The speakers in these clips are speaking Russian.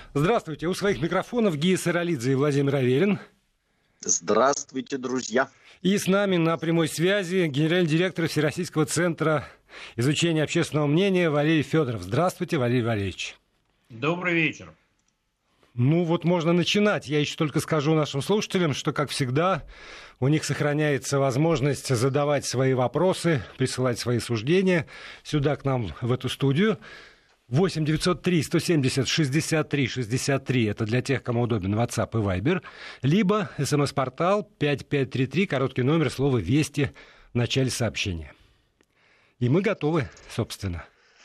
Здравствуйте. У своих микрофонов Гия Саралидзе и Владимир Аверин. Здравствуйте, друзья. И с нами на прямой связи генеральный директор Всероссийского центра изучения общественного мнения Валерий Федоров. Здравствуйте, Валерий Валерьевич. Добрый вечер. Ну вот можно начинать. Я еще только скажу нашим слушателям, что, как всегда, у них сохраняется возможность задавать свои вопросы, присылать свои суждения сюда, к нам, в эту студию. 8 903 170 63 63, это для тех, кому удобен WhatsApp и Viber, либо СМС-портал 5533, короткий номер, слово «Вести» в начале сообщения. И мы готовы, собственно.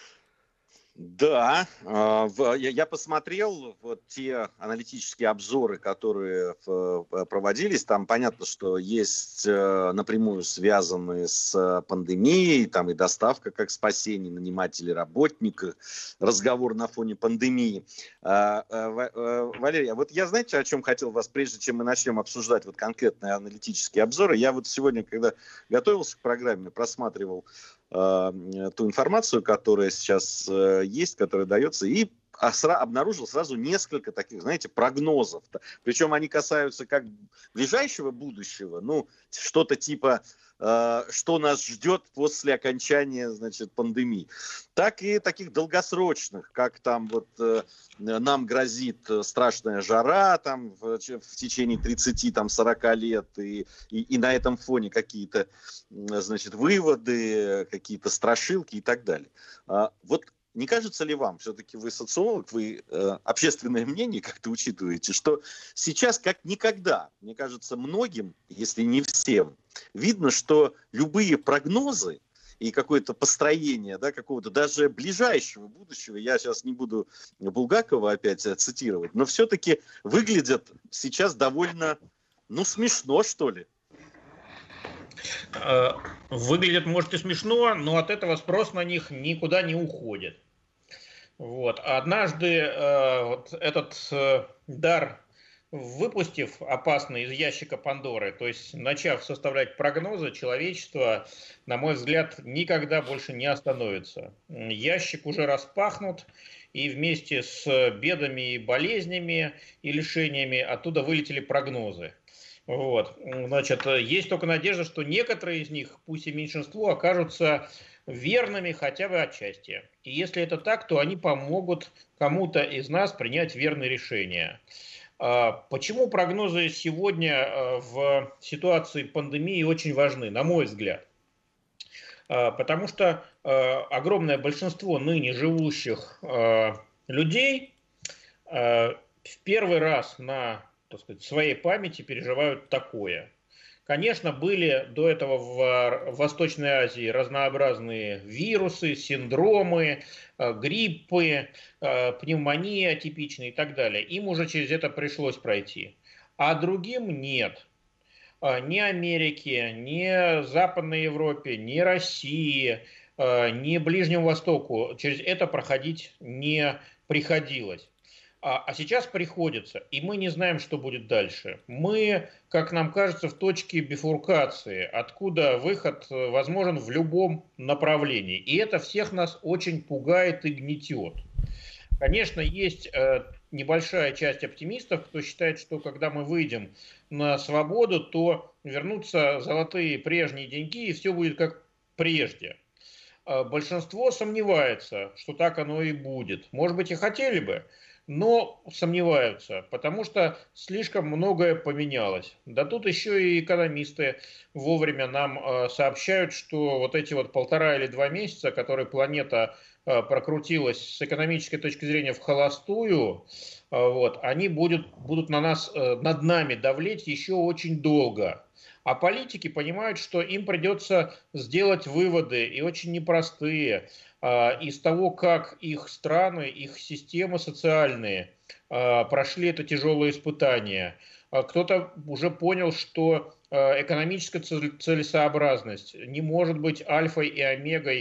Да, я посмотрел вот те аналитические обзоры, которые проводились. Там понятно, что есть напрямую связанные с пандемией, там и доставка как спасение нанимателей, работников, разговор на фоне пандемии. Валерий, вот я, знаете, о чем хотел вас, прежде чем мы начнем обсуждать вот конкретные аналитические обзоры. Я вот сегодня, когда готовился к программе, просматривал ту информацию, которая сейчас есть, которая дается, и обнаружил сразу несколько таких, знаете, прогнозов. Причем они касаются как ближайшего будущего, ну, что-то типа, что нас ждет после окончания, значит, пандемии, так и таких долгосрочных, как там вот нам грозит страшная жара там в течение 30-40 лет, и на этом фоне какие-то, значит, выводы, какие-то страшилки и так далее. Вот не кажется ли вам, все-таки вы социолог, вы общественное мнение как-то учитываете, что сейчас как никогда, мне кажется, многим, если не всем, видно, что любые прогнозы и какое-то построение, да, какого-то даже ближайшего будущего, я сейчас не буду Булгакова опять цитировать, но все-таки выглядят сейчас довольно, ну, смешно, что ли. Выглядит, может, и смешно, но от этого спрос на них никуда не уходит. Вот. Однажды вот этот дар, выпустив опасный из ящика Пандоры, то есть начав составлять прогнозы, человечество, на мой взгляд, никогда больше не остановится. Ящик уже распахнут, и вместе с бедами и болезнями и лишениями оттуда вылетели прогнозы. Вот. Значит, есть только надежда, что некоторые из них, пусть и меньшинство, окажутся верными хотя бы отчасти. И если это так, то они помогут кому-то из нас принять верные решения. Почему прогнозы сегодня в ситуации пандемии очень важны, на мой взгляд? Потому что огромное большинство ныне живущих людей в первый раз на, так сказать, своей памяти переживают такое. Конечно, были до этого в Восточной Азии разнообразные вирусы, синдромы, гриппы, пневмонии атипичные и так далее. Им уже через это пришлось пройти. А другим нет. Ни Америке, ни Западной Европе, ни России, ни Ближнему Востоку через это проходить не приходилось. А сейчас приходится, и мы не знаем, что будет дальше. Мы, как нам кажется, в точке бифуркации, откуда выход возможен в любом направлении. И это всех нас очень пугает и гнетет. Конечно, есть небольшая часть оптимистов, кто считает, что когда мы выйдем на свободу, то вернутся золотые прежние деньги, и все будет как прежде. Большинство сомневается, что так оно и будет. Может быть, и хотели бы, но сомневаются, потому что слишком многое поменялось. Да тут еще и экономисты вовремя нам сообщают, что вот эти вот 1,5 или 2 месяца, которые планета прокрутилась с экономической точки зрения в холостую, вот, они будут над нами давлеть еще очень долго. А политики понимают, что им придется сделать выводы, и очень непростые, из того, как их страны, их системы социальные прошли это тяжелое испытание. Кто-то уже понял, что экономическая целесообразность не может быть альфой и омегой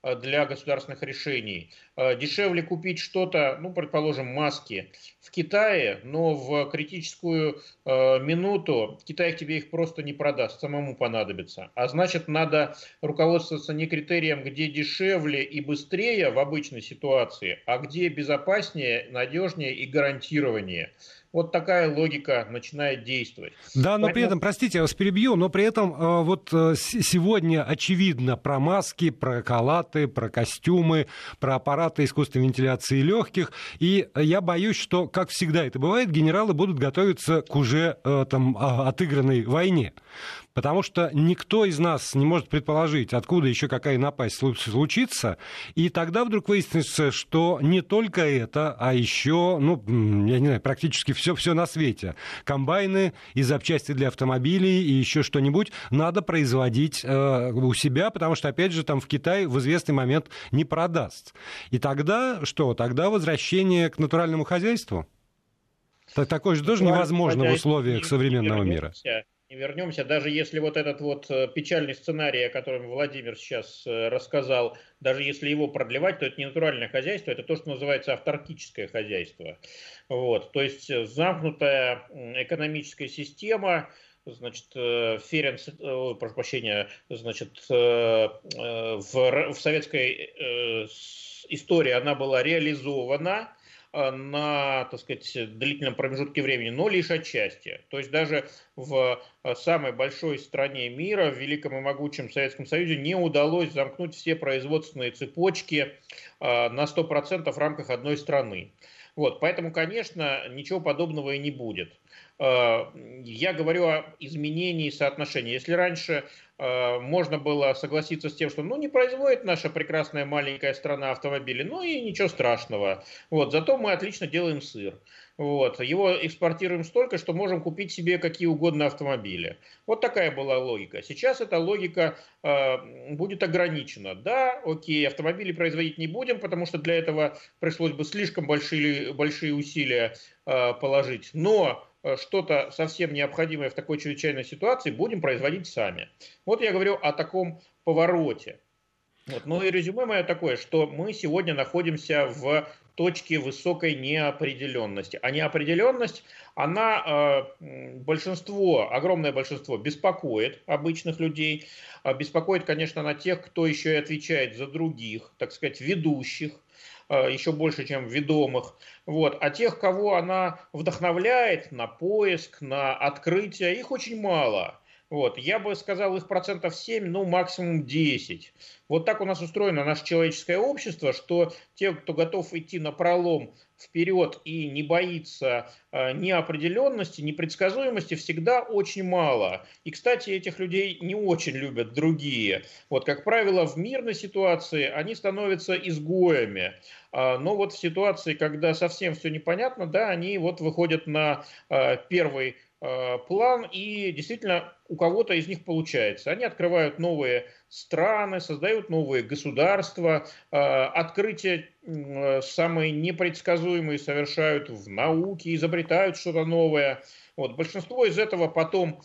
для государственных решений. Дешевле купить что-то, ну, предположим, маски в Китае, но в критическую минуту Китай тебе их просто не продаст, самому понадобится. А значит, надо руководствоваться не критерием, где дешевле и быстрее в обычной ситуации, а где безопаснее, надежнее и гарантированнее. Вот такая логика начинает действовать. Да, но при этом, простите, я вас перебью, но при этом сегодня очевидно про маски, про халаты, про костюмы, про аппараты искусственной вентиляции легких. И я боюсь, что, как всегда это бывает, генералы будут готовиться к уже отыгранной войне. Потому что никто из нас не может предположить, откуда еще какая напасть случится. И тогда вдруг выяснится, что не только это, а еще, я не знаю, практически все на свете. Комбайны и запчасти для автомобилей и еще что-нибудь надо производить у себя, потому что, опять же, там в Китае в известный момент не продаст. И тогда что? Тогда возвращение к натуральному хозяйству? Такое же тоже невозможно в условиях современного мира. Не вернемся, даже если вот этот вот печальный сценарий, о котором Владимир сейчас рассказал, даже если его продлевать, то это не натуральное хозяйство, это то, что называется авторкическое хозяйство. Вот, то есть замкнутая экономическая система, значит, прошу прощения, значит, в советской истории она была реализована на, так сказать, длительном промежутке времени, но лишь отчасти. То есть даже в самой большой стране мира, в великом и могучем Советском Союзе, не удалось замкнуть все производственные цепочки на 100% в рамках одной страны. Вот, поэтому, конечно, ничего подобного и не будет. Я говорю о изменении соотношения. Если раньше можно было согласиться с тем, что не производит наша прекрасная маленькая страна автомобили, и ничего страшного. Вот, зато мы отлично делаем сыр. Вот, его экспортируем столько, что можем купить себе какие угодно автомобили. Вот такая была логика. Сейчас эта логика будет ограничена. Да, окей, автомобили производить не будем, потому что для этого пришлось бы слишком большие усилия положить. Но что-то совсем необходимое в такой чрезвычайной ситуации будем производить сами. Вот я говорю о таком повороте. Вот. Ну и резюме мое такое, что мы сегодня находимся в точке высокой неопределенности. А неопределенность, она огромное большинство беспокоит обычных людей. Беспокоит, конечно, на тех, кто еще и отвечает за других, так сказать, ведущих, еще больше, чем ведомых. Вот. А тех, кого она вдохновляет на поиск, на открытие, их очень мало. Вот. Я бы сказал, их 7%, максимум 10%. Вот так у нас устроено наше человеческое общество, что те, кто готов идти напролом вперед и не боится неопределенности, непредсказуемости, всегда очень мало. И, кстати, этих людей не очень любят другие. Вот, как правило, в мирной ситуации они становятся изгоями. Но вот в ситуации, когда совсем все непонятно, да, они вот выходят на первый план, и действительно у кого-то из них получается. Они открывают новые страны, создают новые государства, открытия самые непредсказуемые совершают в науке, изобретают что-то новое. Вот. Большинство из этого потом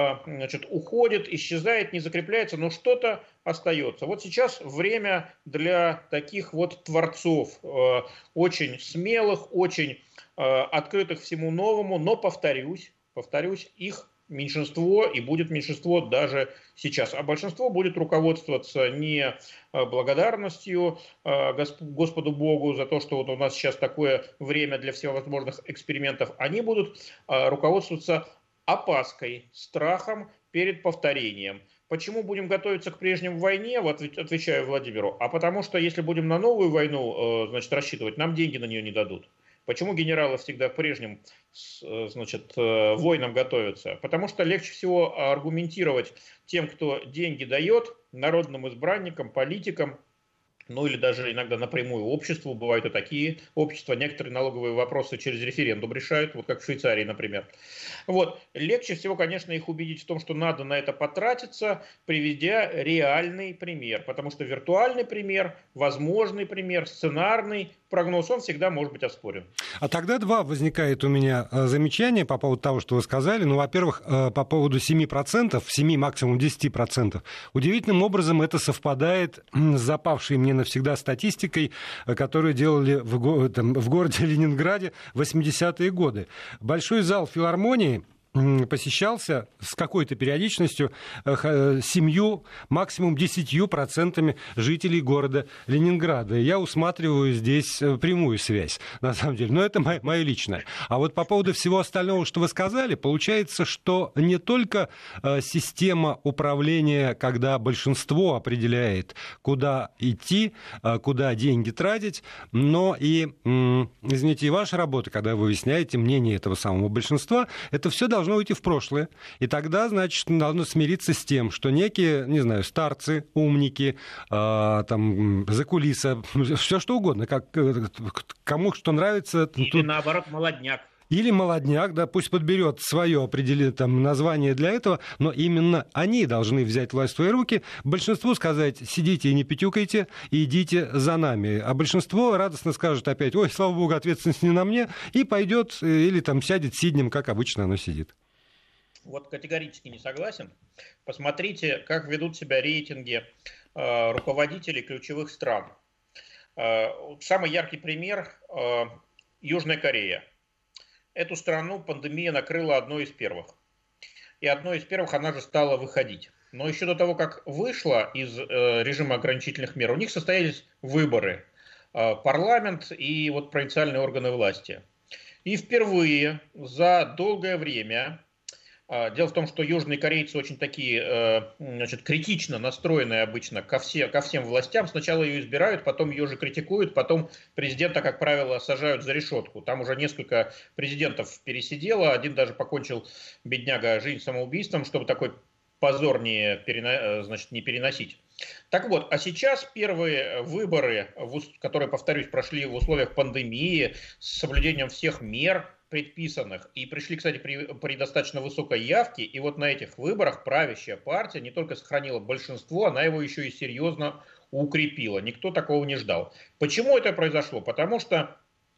уходит, исчезает, не закрепляется, но что-то остается. Вот сейчас время для таких вот творцов, очень смелых, очень открытых всему новому, но повторюсь, их меньшинство, и будет меньшинство даже сейчас. А большинство будет руководствоваться не благодарностью Господу Богу за то, что вот у нас сейчас такое время для всевозможных экспериментов. Они будут руководствоваться опаской, страхом перед повторением. Почему будем готовиться к прежнему войне, вот отвечаю Владимиру, а потому что если будем на новую войну, рассчитывать, нам деньги на нее не дадут. Почему генералы всегда к прежним, войнам готовятся? Потому что легче всего аргументировать тем, кто деньги дает, народным избранникам, политикам, или даже иногда напрямую обществу, бывают и такие общества, некоторые налоговые вопросы через референдум решают, вот как в Швейцарии, например. Вот. Легче всего, конечно, их убедить в том, что надо на это потратиться, приведя реальный пример, потому что виртуальный пример, возможный пример, сценарный прогноз, он всегда может быть оспорен. А тогда два возникает у меня замечания по поводу того, что вы сказали. Ну, во-первых, по поводу 7%, 7, максимум 10%. Удивительным образом это совпадает с запавшей мне навсегда статистикой, которую делали в городе Ленинграде в 80-е годы. Большой зал филармонии посещался с какой-то периодичностью 7, максимум 10% жителей города Ленинграда. Я усматриваю здесь прямую связь, на самом деле. Но это мое личное. А вот по поводу всего остального, что вы сказали, получается, что не только система управления, когда большинство определяет, куда идти, куда деньги тратить, но и, извините, и ваша работа, когда вы выясняете мнение этого самого большинства, это все должно уйти в прошлое. И тогда, значит, надо смириться с тем, что некие, не знаю, старцы, умники, там, закулиса, все что угодно, кому что нравится. Или наоборот, молодняк. Или молодняк, да, пусть подберет свое там, название для этого, но именно они должны взять власть в свои руки, большинству сказать: сидите и не пятюкайте, и идите за нами. А большинство радостно скажет опять: ой, слава богу, ответственность не на мне, и пойдет или там сядет сиднем, как обычно оно сидит. Вот категорически не согласен. Посмотрите, как ведут себя рейтинги руководителей ключевых стран. Самый яркий пример – Южная Корея. Эту страну пандемия накрыла одной из первых. И одной из первых она же стала выходить. Но еще до того, как вышла из режима ограничительных мер, у них состоялись выборы. Парламент и вот провинциальные органы власти. И впервые за долгое время... Дело в том, что южные корейцы очень такие, значит, критично настроенные обычно ко всем властям. Сначала ее избирают, потом ее же критикуют, потом президента, как правило, сажают за решетку. Там уже несколько президентов пересидело, один даже покончил, бедняга, жизнь самоубийством, чтобы такой позор не переносить. Так вот, а сейчас первые выборы, которые, повторюсь, прошли в условиях пандемии с соблюдением всех мер предписанных, и пришли, кстати, при достаточно высокой явке, и вот на этих выборах правящая партия не только сохранила большинство, она его еще и серьезно укрепила. Никто такого не ждал. Почему это произошло? Потому что,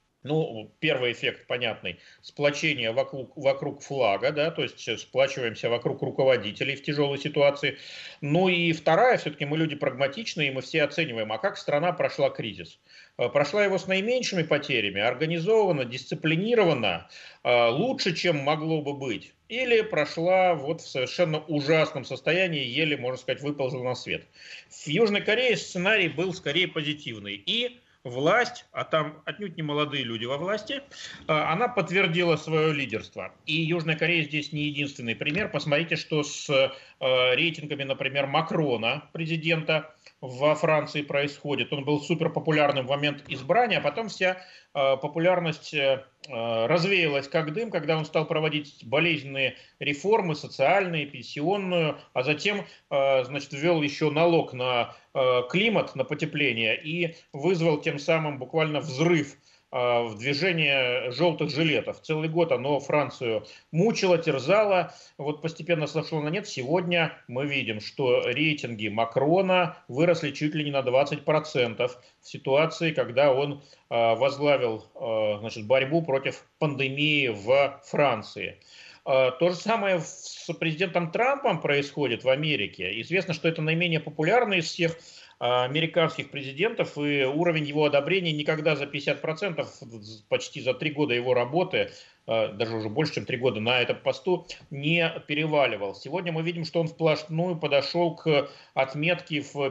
ну, первый эффект понятный, сплочение вокруг флага, да, то есть сплачиваемся вокруг руководителей в тяжелой ситуации. Ну и вторая, все-таки мы люди прагматичные, и мы все оцениваем, а как страна прошла кризис. Прошла его с наименьшими потерями, организованно, дисциплинированно, лучше, чем могло бы быть. Или прошла вот в совершенно ужасном состоянии, еле, можно сказать, выползла на свет. В Южной Корее сценарий был скорее позитивный. И власть, а там отнюдь не молодые люди во власти, она подтвердила свое лидерство. И Южная Корея здесь не единственный пример. Посмотрите, что с рейтингами, например, Макрона, президента, во Франции происходит. Он был суперпопулярным в момент избрания, а потом вся популярность развеялась как дым, когда он стал проводить болезненные реформы, социальные, пенсионную, а затем, значит, ввел еще налог на климат, на потепление и вызвал тем самым буквально взрыв в движение желтых жилетов. Целый год оно Францию мучило, терзало, вот постепенно сошло на нет. Сегодня мы видим, что рейтинги Макрона выросли чуть ли не на 20% в ситуации, когда он возглавил, значит, борьбу против пандемии в Франции. То же самое с президентом Трампом происходит в Америке. Известно, что это наименее популярный из всех американских президентов, и уровень его одобрения никогда за 50%, почти за 3 года его работы, даже уже больше, чем 3 года на этом посту, не переваливал. Сегодня мы видим, что он вплотную подошел к отметке в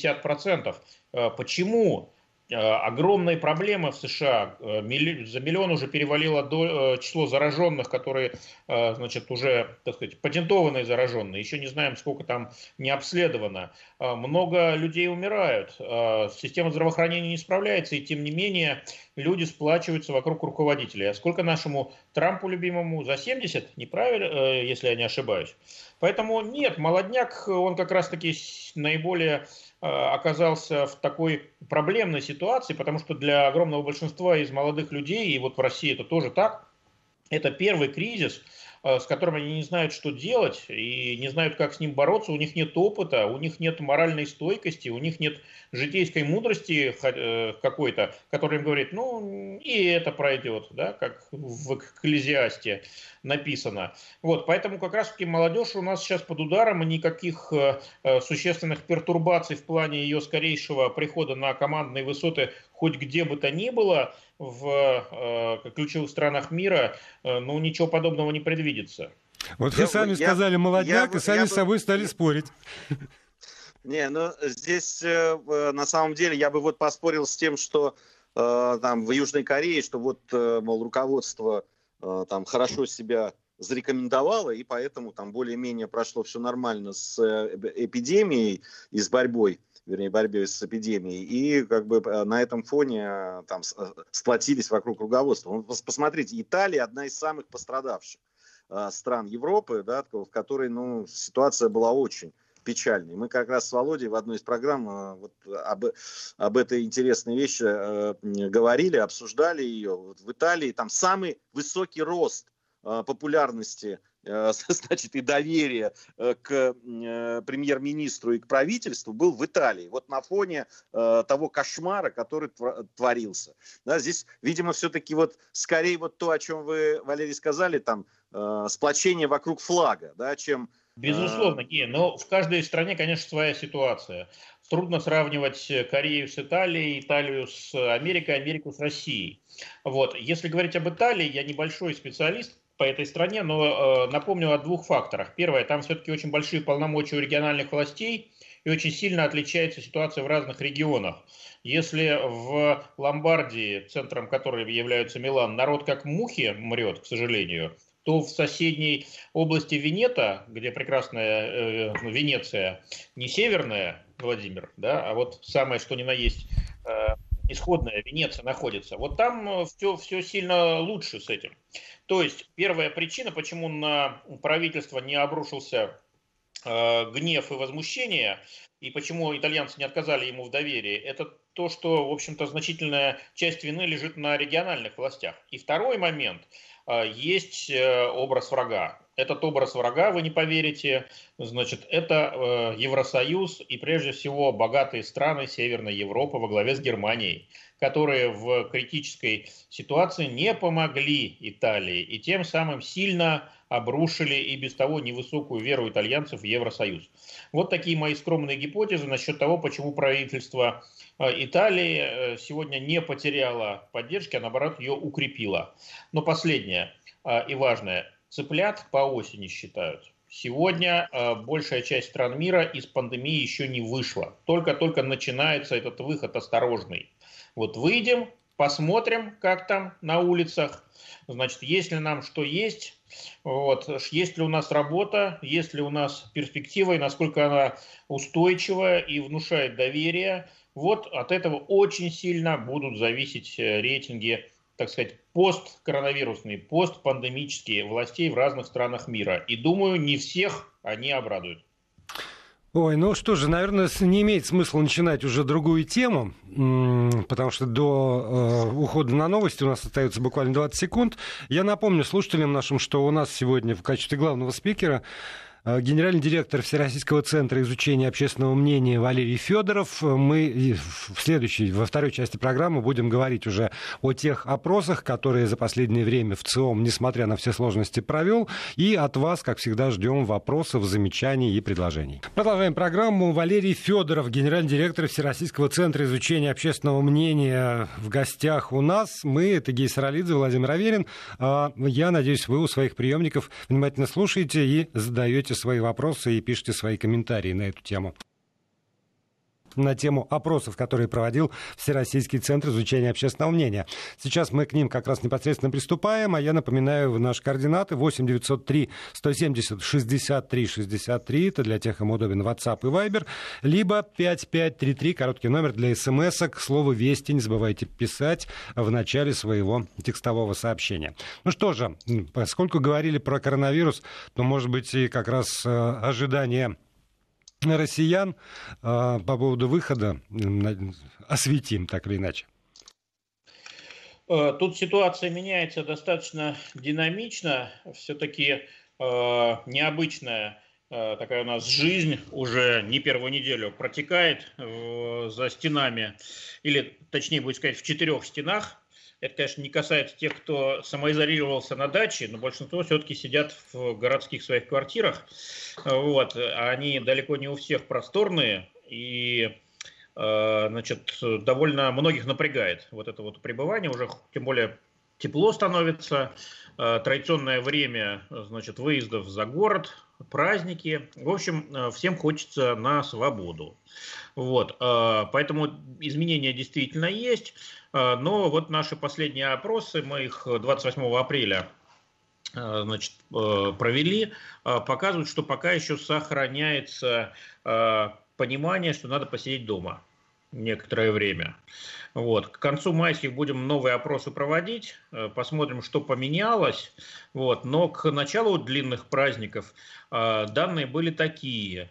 50%. Почему? Огромные проблемы в США. За миллион уже перевалило число зараженных, которые, значит, уже, так сказать, патентованные зараженные. Еще не знаем, сколько там не обследовано. Много людей умирают. Система здравоохранения не справляется, и тем не менее люди сплачиваются вокруг руководителей. А сколько нашему Трампу любимому? За 70? Неправильно, если я не ошибаюсь. Поэтому нет, молодняк, он как раз-таки наиболее оказался в такой проблемной ситуации, потому что для огромного большинства из молодых людей, и вот в России это тоже так, это первый кризис, с которым они не знают, что делать, и не знают, как с ним бороться, у них нет опыта, у них нет моральной стойкости, у них нет житейской мудрости какой-то, которая им говорит, ну, и это пройдет, да, как в Экклезиасте написано. Вот, поэтому как раз-таки молодежь у нас сейчас под ударом, и никаких существенных пертурбаций в плане ее скорейшего прихода на командные высоты хоть где бы то ни было в ключевых странах мира, ну, ничего подобного не предвидится. Вот вы сами сказали молодняк, и сами с собой стали спорить. Не, ну здесь на самом деле я бы вот поспорил с тем, что там в Южной Корее, что вот, мол, руководство там хорошо себя зарекомендовало, и поэтому там более-менее прошло все нормально с эпидемией и с борьбой, вернее, борьбой с эпидемией, и как бы на этом фоне там сплотились вокруг руководства. Посмотрите, Италия одна из самых пострадавших стран Европы, да, в которой, ну, ситуация была очень печальной. Мы как раз с Володей в одной из программ вот об этой интересной вещи говорили, обсуждали ее. Вот в Италии там самый высокий рост популярности, значит, и доверия к премьер-министру и к правительству был в Италии. Вот на фоне того кошмара, который творился. Да, здесь, видимо, все-таки вот скорее вот то, о чем вы, Валерий, сказали, там сплочение вокруг флага, да, чем... Безусловно, но в каждой стране, конечно, своя ситуация. Трудно сравнивать Корею с Италией, Италию с Америкой, Америку с Россией. Вот. Если говорить об Италии, я небольшой специалист по этой стране, но напомню о двух факторах. Первое, там все-таки очень большие полномочия у региональных властей, и очень сильно отличается ситуация в разных регионах. Если в Ломбардии, центром которой является Милан, народ как мухи мрет, к сожалению, то в соседней области Венето, где прекрасная Венеция, не северная, Владимир, да, а вот самое что ни на есть исходная Венеция находится, вот там все сильно лучше с этим. То есть первая причина, почему на правительство не обрушился гнев и возмущение, и почему итальянцы не отказали ему в доверии, это то, что, в общем-то, значительная часть вины лежит на региональных властях. И второй момент, есть образ врага. Этот образ врага, вы не поверите, значит, это Евросоюз и, прежде всего, богатые страны Северной Европы во главе с Германией, которые в критической ситуации не помогли Италии и тем самым сильно обрушили и без того невысокую веру итальянцев в Евросоюз. Вот такие мои скромные гипотезы насчет того, почему правительство Италии сегодня не потеряло поддержки, а наоборот ее укрепило. Но последнее и важное. Цыплят по осени считают. Сегодня большая часть стран мира из пандемии еще не вышла. Только-только начинается этот выход осторожный. Вот выйдем, посмотрим, как там на улицах. Значит, есть ли нам что есть, вот, есть ли у нас работа, есть ли у нас перспектива, и насколько она устойчивая и внушает доверие. Вот от этого очень сильно будут зависеть рейтинги, так сказать, посткоронавирусные, постпандемические властей в разных странах мира. И думаю, не всех они обрадуют. Ой, ну что же, наверное, не имеет смысла начинать уже другую тему, потому что до ухода на новости у нас остается буквально 20 секунд. Я напомню слушателям нашим, что у нас сегодня в качестве главного спикера генеральный директор Всероссийского центра изучения общественного мнения Валерий Федоров. Мы во второй части программы будем говорить уже о тех опросах, которые за последнее время в ЦИОМ, несмотря на все сложности, провел. И от вас, как всегда, ждем вопросов, замечаний и предложений. Продолжаем программу. Валерий Федоров, генеральный директор Всероссийского центра изучения общественного мнения, в гостях у нас. Мы, это Гея Саралидзе, Владимир Аверин. Я надеюсь, вы у своих приемников внимательно слушаете и задаете свои вопросы и пишите свои комментарии на эту тему. На тему опросов, которые проводил Всероссийский центр изучения общественного мнения. Сейчас мы к ним как раз непосредственно приступаем, а я напоминаю наши координаты 8 903 170 63 63, это для тех, кому удобен WhatsApp и Viber, либо 5533, короткий номер для смс-ок, слово «Вести» не забывайте писать в начале своего текстового сообщения. Ну что же, поскольку говорили про коронавирус, то, может быть, и как раз ожидание россиян по поводу выхода осветим, так или иначе. Тут ситуация меняется достаточно динамично. Все-таки необычная такая у нас жизнь уже не первую неделю протекает за стенами, или точнее будет сказать в 4 стенах. Это, конечно, не касается тех, кто самоизолировался на даче, но большинство все-таки сидят в городских своих квартирах. Вот. Они далеко не у всех просторные, и значит, довольно многих напрягает вот это вот пребывание, уже тем более тепло становится, традиционное время, значит, выездов за город, праздники. В общем, всем хочется на свободу. Вот, поэтому изменения действительно есть, но вот наши последние опросы, мы их 28 апреля значит, провели, показывают, что пока еще сохраняется понимание, что надо посидеть дома некоторое время. Вот. К концу майских будем новые опросы проводить, посмотрим, что поменялось. Вот. Но к началу длинных праздников данные были такие.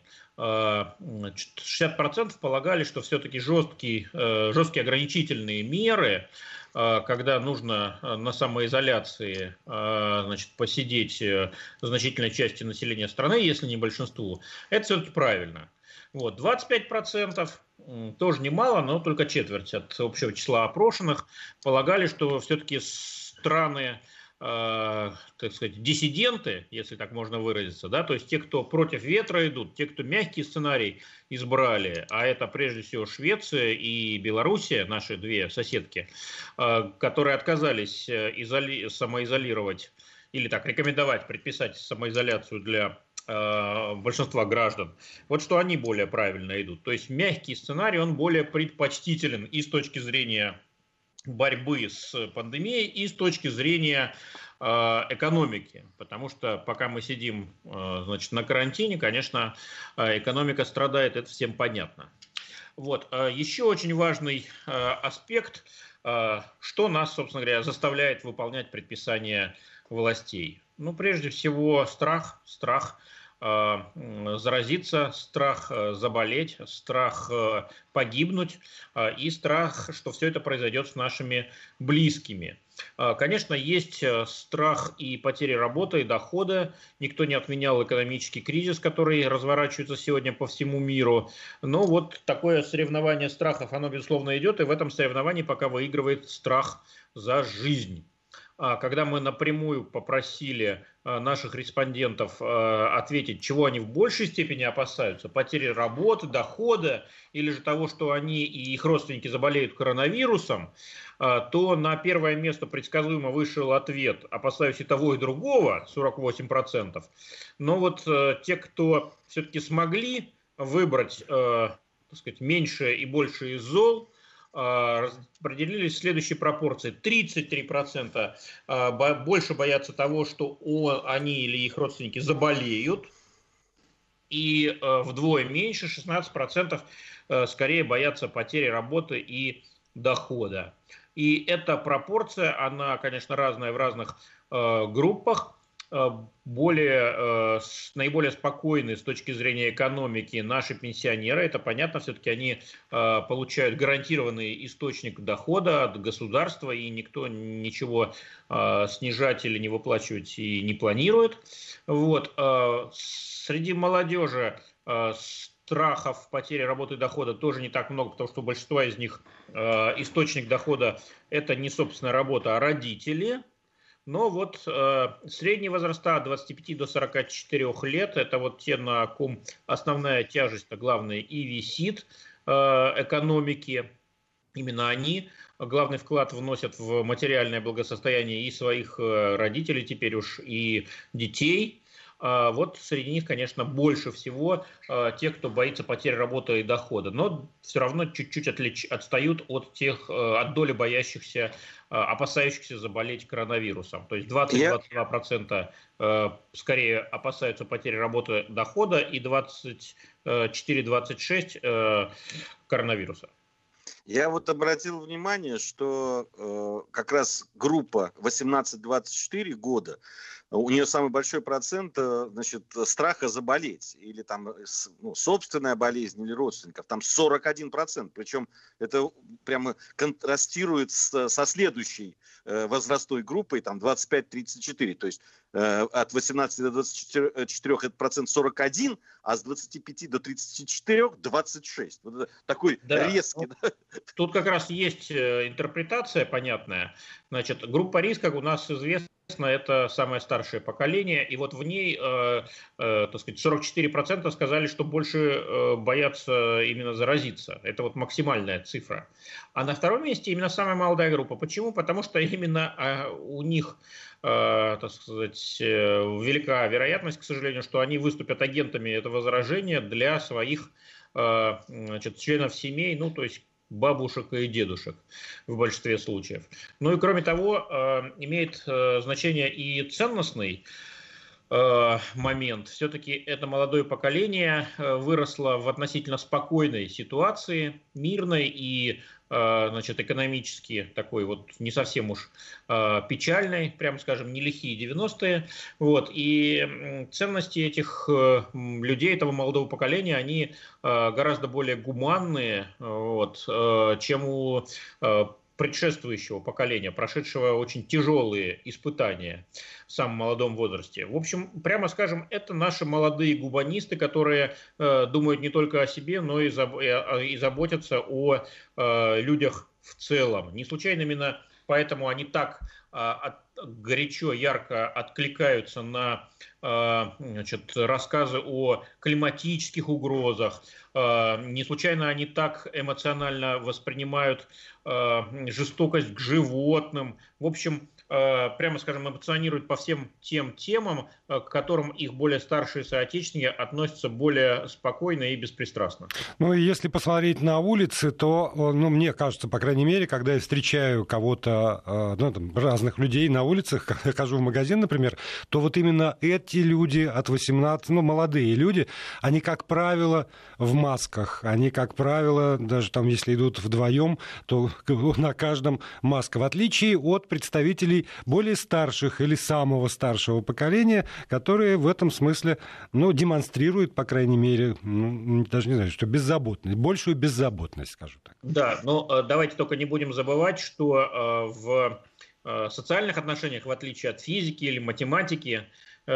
60% полагали, что все-таки жесткие ограничительные меры, когда нужно на самоизоляции, значит, посидеть значительной части населения страны, если не большинству, это все-таки правильно. Вот, 25%, тоже немало, но только четверть от общего числа опрошенных, полагали, что все-таки страны, так сказать, диссиденты, если так можно выразиться, да, то есть те, кто против ветра идут, те, кто мягкий сценарий избрали, а это прежде всего Швеция и Белоруссия, наши две соседки, которые отказались самоизолировать или так рекомендовать, предписать самоизоляцию для большинства граждан, вот что они более правильно идут. То есть мягкий сценарий, он более предпочтителен и с точки зрения борьбы с пандемией, и с точки зрения экономики. Потому что пока мы сидим, значит, на карантине, конечно, экономика страдает, это всем понятно. Вот. Еще очень важный аспект, что нас, собственно говоря, заставляет выполнять предписания властей. Ну, прежде всего, страх заразиться, страх заболеть, страх погибнуть и страх, что все это произойдет с нашими близкими. Конечно, есть страх и потери работы, и дохода. Никто не отменял экономический кризис, который разворачивается сегодня по всему миру. Но вот такое соревнование страхов, оно, безусловно, идет, и в этом соревновании пока выигрывает страх за жизнь. Когда мы напрямую попросили наших респондентов ответить, чего они в большей степени опасаются, потери работы, дохода, или же того, что они и их родственники заболеют коронавирусом, то на первое место предсказуемо вышел ответ «опасаюсь и того, и другого» 48%. Но вот те, кто все-таки смогли выбрать, так сказать, меньшее и большее из зол, распределились в следующей пропорции. 33% больше боятся того, что они или их родственники заболеют, и вдвое меньше, 16% скорее боятся потери работы и дохода. И эта пропорция, она, конечно, разная в разных группах. Наиболее спокойны с точки зрения экономики наши пенсионеры. Это понятно, все-таки они получают гарантированный источник дохода от государства, и никто ничего снижать или не выплачивать и не планирует. Вот. Среди молодежи страхов потери работы и дохода тоже не так много, потому что у большинства из них источник дохода – это не собственная работа, а родители. Но вот средние возраста от 25 до 44 лет, это вот те, на ком основная тяжесть, главное, и висит экономики. Именно они главный вклад вносят в материальное благосостояние и своих родителей, теперь уж и детей. Вот среди них, конечно, больше всего тех, кто боится потери работы и дохода, но все равно чуть-чуть отстают от доли боящихся, опасающихся заболеть коронавирусом. То есть 20-22% скорее опасаются потери работы, дохода, и 24-26% коронавируса. Я вот обратил внимание, что как раз группа 18-24 года, у нее самый большой процент, значит, страха заболеть. Или там собственная болезнь, или родственников. Там 41%. Причем это прямо контрастирует со следующей возрастной группой, там 25-34. То есть от 18 до 24 это процент 41, а с 25 до 34 26. Вот это такой резкий. Ну, тут как раз есть интерпретация понятная. Значит, группа риска у нас известна, это самое старшее поколение, и вот в ней, так сказать, 44% сказали, что больше боятся именно заразиться. Это вот максимальная цифра. А на втором месте именно самая молодая группа. Почему? Потому что именно у них, так сказать, велика вероятность, к сожалению, что они выступят агентами этого заражения для своих, значит, членов семей, ну, то есть бабушек и дедушек в большинстве случаев. Ну и кроме того, имеет значение и ценностный момент. Все-таки это молодое поколение выросло в относительно спокойной ситуации, мирной и, значит, экономически такой вот не совсем уж печальной, прямо скажем, не лихие 90-е. Вот. И ценности этих людей, этого молодого поколения, они гораздо более гуманные, вот, чем у предшествующего поколения, прошедшего очень тяжелые испытания в самом молодом возрасте. В общем, прямо скажем, это наши молодые гуманисты, которые думают не только о себе, но и заботятся о людях в целом. Не случайно именно поэтому они так горячо, ярко откликаются на, значит, рассказы о климатических угрозах. Не случайно они так эмоционально воспринимают жестокость к животным. В общем, прямо скажем, эмоционируют по всем тем темам, к которым их более старшие соотечественники относятся более спокойно и беспристрастно. Ну и если посмотреть на улицы, то, ну, мне кажется, по крайней мере, когда я встречаю кого-то, ну, там, разных людей на улицах, хожу в магазин, например, то вот именно эти люди от 18, ну, молодые люди, они, как правило, в масках, они, как правило, даже там, если идут вдвоем, то на каждом маска, в отличие от представителей более старших или самого старшего поколения, которые в этом смысле, ну, демонстрируют, по крайней мере, ну, даже не знаю, что беззаботность, большую беззаботность, скажу так. Да, но давайте только не будем забывать, что в социальных отношениях, в отличие от физики или математики,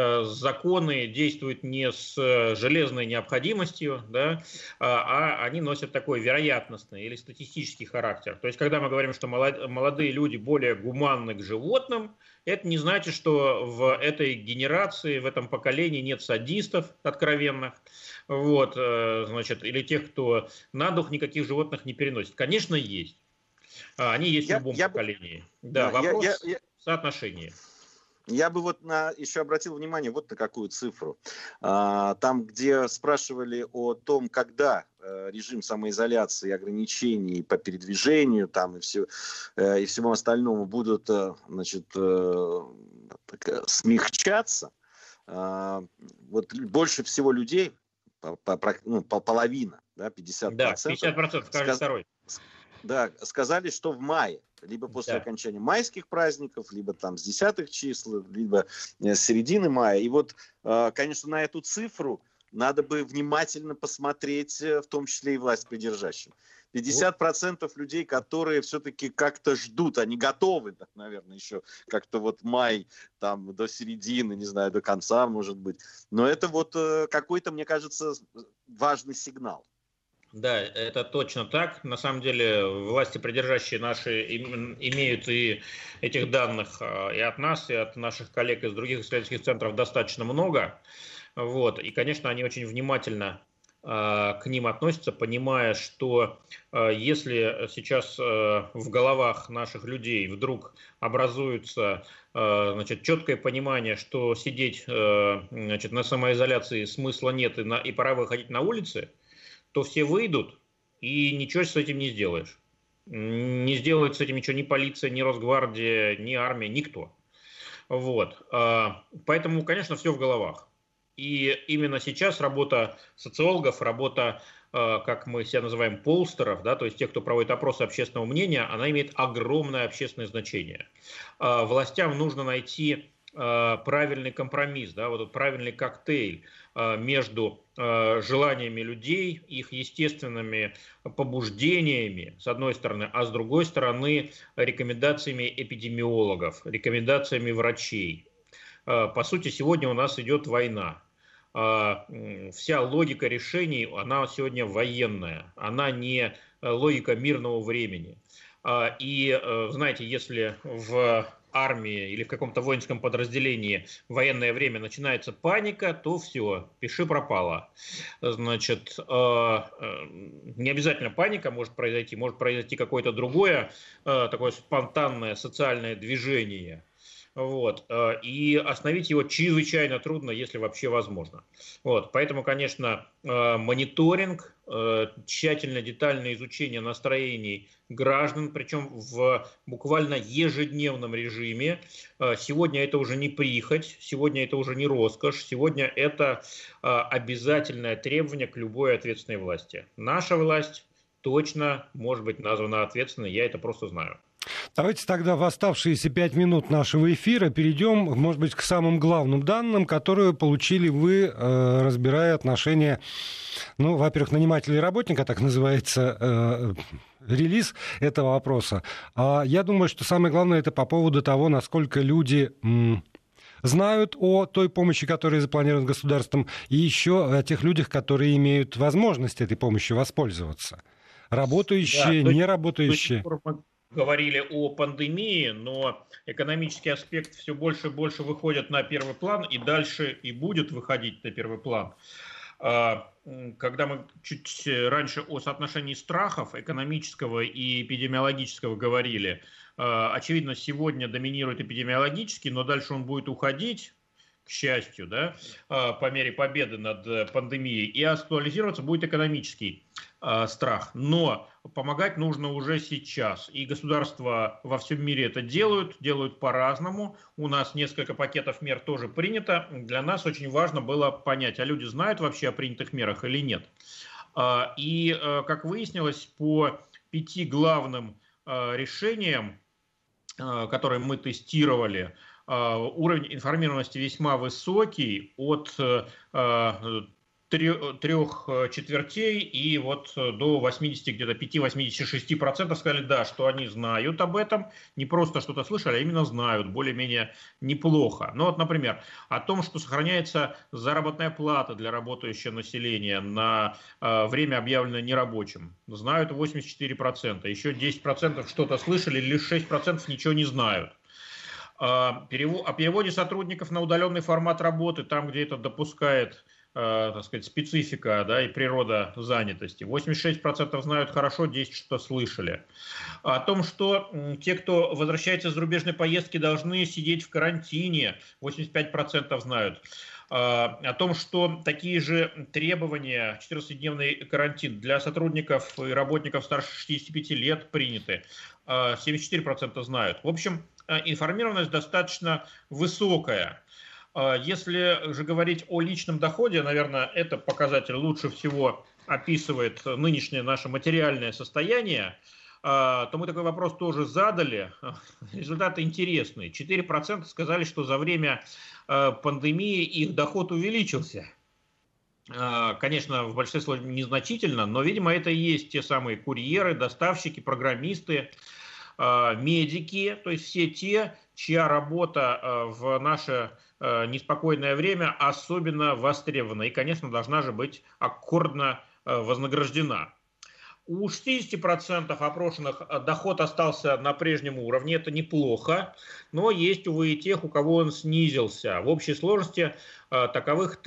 законы действуют не с железной необходимостью, да, а они носят такой вероятностный или статистический характер. То есть, когда мы говорим, что молодые люди более гуманны к животным, это не значит, что в этой генерации, в этом поколении нет садистов откровенных, вот, значит, или тех, кто на дух никаких животных не переносит. Конечно, есть. Они есть в любом поколении. Да, вопрос соотношения. Я бы вот еще обратил внимание вот на какую цифру. Там, где спрашивали о том, когда режим самоизоляции, ограничений по передвижению там, и всему остальному будут, значит, смягчаться, вот больше всего людей, половина, да, 50%. Да, 50%, каждый второй. Да, сказали, что в мае, либо после окончания майских праздников, либо там с 10-х чисел, либо с середины мая. И вот, конечно, на эту цифру надо бы внимательно посмотреть, в том числе и власть придержащим. 50% людей, которые все-таки как-то ждут, они готовы, наверное, еще как-то вот май там до середины, не знаю, до конца, может быть. Но это вот какой-то, мне кажется, важный сигнал. Да, это точно так. На самом деле власти придержащие наши имеют и этих данных и от нас, и от наших коллег из других исследовательских центров достаточно много. Вот. И, конечно, они очень внимательно к ним относятся, понимая, что если сейчас в головах наших людей вдруг образуется, значит, четкое понимание, что сидеть, значит, на самоизоляции смысла нет и пора выходить на улицы, то все выйдут, и ничего с этим не сделаешь. Не сделает с этим ничего ни полиция, ни Росгвардия, ни армия, никто. Вот. Поэтому, конечно, все в головах. И именно сейчас работа социологов, работа как мы себя называем, полстеров, да, то есть тех, кто проводит опросы общественного мнения, она имеет огромное общественное значение. Властям нужно найти правильный компромисс, да, вот этот правильный коктейль между желаниями людей, их естественными побуждениями, с одной стороны, а с другой стороны, рекомендациями эпидемиологов, рекомендациями врачей. По сути, сегодня у нас идет война. Вся логика решений, она сегодня военная, она не логика мирного времени. И, знаете, если в армии или в каком-то воинском подразделении в военное время начинается паника, то все, пиши пропало. Значит, не обязательно паника может произойти какое-то другое, такое спонтанное социальное движение. Вот. И остановить его чрезвычайно трудно, если вообще возможно. Вот. Поэтому, конечно, мониторинг, тщательное, детальное изучение настроений граждан, причем в буквально ежедневном режиме. Сегодня это уже не прихоть, сегодня это уже не роскошь, сегодня это обязательное требование к любой ответственной власти. Наша власть точно может быть названа ответственной, я это просто знаю. Давайте тогда в оставшиеся 5 минут нашего эфира перейдем, может быть, к самым главным данным, которые получили вы, разбирая отношения, ну, во-первых, нанимателя и работника, так называется релиз этого вопроса. А я думаю, что самое главное это по поводу того, насколько люди знают о той помощи, которая запланирована государством, и еще о тех людях, которые имеют возможность этой помощью воспользоваться. Работающие, да, неработающие. Говорили о пандемии, но экономический аспект все больше и больше выходит на первый план и дальше и будет выходить на первый план. Когда мы чуть раньше о соотношении страхов экономического и эпидемиологического говорили, очевидно, сегодня доминирует эпидемиологический, но дальше он будет уходить, к счастью, да, по мере победы над пандемией, и актуализироваться будет экономический страх. Но помогать нужно уже сейчас. И государства во всем мире это делают по-разному. У нас несколько пакетов мер тоже принято. Для нас очень важно было понять, а люди знают вообще о принятых мерах или нет. И, как выяснилось, по 5 главным решениям, которые мы тестировали, уровень информированности весьма высокий, от 3/4 и вот до 80, где-то 5-86% сказали, да, что они знают об этом, не просто что-то слышали, а именно знают, более-менее неплохо. Ну вот, например, о том, что сохраняется заработная плата для работающего населения на время, объявленное нерабочим. Знают 84%, еще 10% что-то слышали, лишь 6% ничего не знают. О переводе сотрудников на удаленный формат работы, там, где это допускает, так сказать, специфика, да, и природа занятости. 86% знают хорошо, 10% что слышали. О том, что те, кто возвращается с зарубежной поездки, должны сидеть в карантине, 85% знают. О том, что такие же требования, 14-дневный карантин для сотрудников и работников старше 65 лет приняты, 74% знают. В общем, информированность достаточно высокая. Если же говорить о личном доходе, наверное, этот показатель лучше всего описывает нынешнее наше материальное состояние, то мы такой вопрос тоже задали. Результаты интересные. 4% сказали, что за время пандемии их доход увеличился. Конечно, в большинстве незначительно, но, видимо, это и есть те самые курьеры, доставщики, программисты, медики, то есть все те, чья работа в наше неспокойное время особенно востребована и, конечно, должна же быть аккордно вознаграждена. У 60% опрошенных доход остался на прежнем уровне, это неплохо, но есть, увы, и тех, у кого он снизился. В общей сложности таковых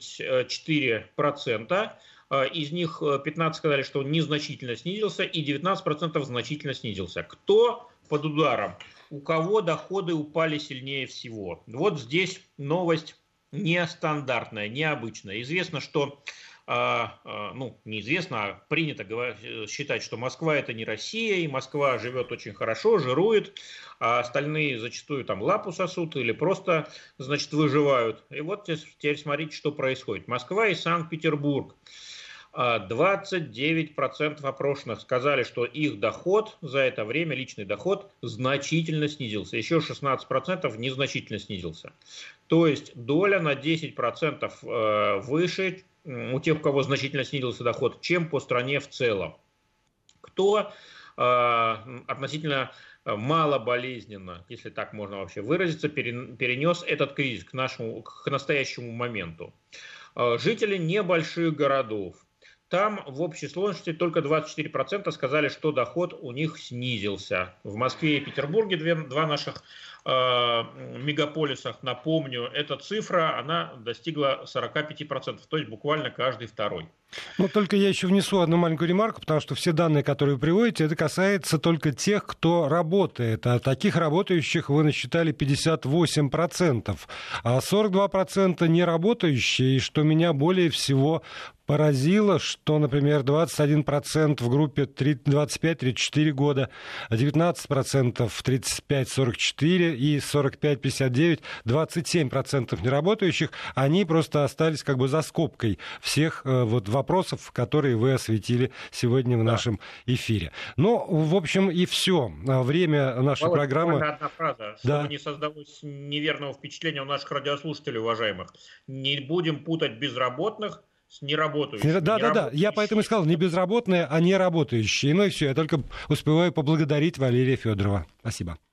34%. Из них 15 сказали, что он незначительно снизился, и 19% значительно снизился. Кто под ударом? У кого доходы упали сильнее всего? Вот здесь новость нестандартная, необычная. Известно, что, неизвестно, а принято считать, что Москва это не Россия, и Москва живет очень хорошо, жирует, а остальные зачастую там лапу сосут или просто, значит, выживают. И вот теперь смотрите, что происходит. Москва и Санкт-Петербург. 29% опрошенных сказали, что их доход за это время, личный доход, значительно снизился. Еще 16% незначительно снизился. То есть доля на 10% выше у тех, у кого значительно снизился доход, чем по стране в целом. Кто относительно малоболезненно, если так можно вообще выразиться, перенес этот кризис к настоящему моменту. Жители небольших городов. Там в общей сложности только 24% сказали, что доход у них снизился. В Москве и Петербурге, два наших мегаполисах, напомню, эта цифра, она достигла 45%, то есть буквально каждый второй. Но только я еще внесу одну маленькую ремарку, потому что все данные, которые вы приводите, это касается только тех, кто работает. А таких работающих вы насчитали 58%, а 42% не работающие. И что меня более всего поразило, что, например, 21% в группе 25-34 года, 19% 35-44 и 45-59, 27% неработающих, они просто остались как бы за скобкой всех вот вопросов, которые вы осветили сегодня в нашем эфире. Ну, в общем, и все. Время нашей программы... Одна фраза, чтобы не создалось неверного впечатления у наших радиослушателей, уважаемых. Не будем путать безработных с неработающими. Да. Я поэтому и сказал, не безработные, а неработающие. Ну и все. Я только успеваю поблагодарить Валерия Федорова. Спасибо.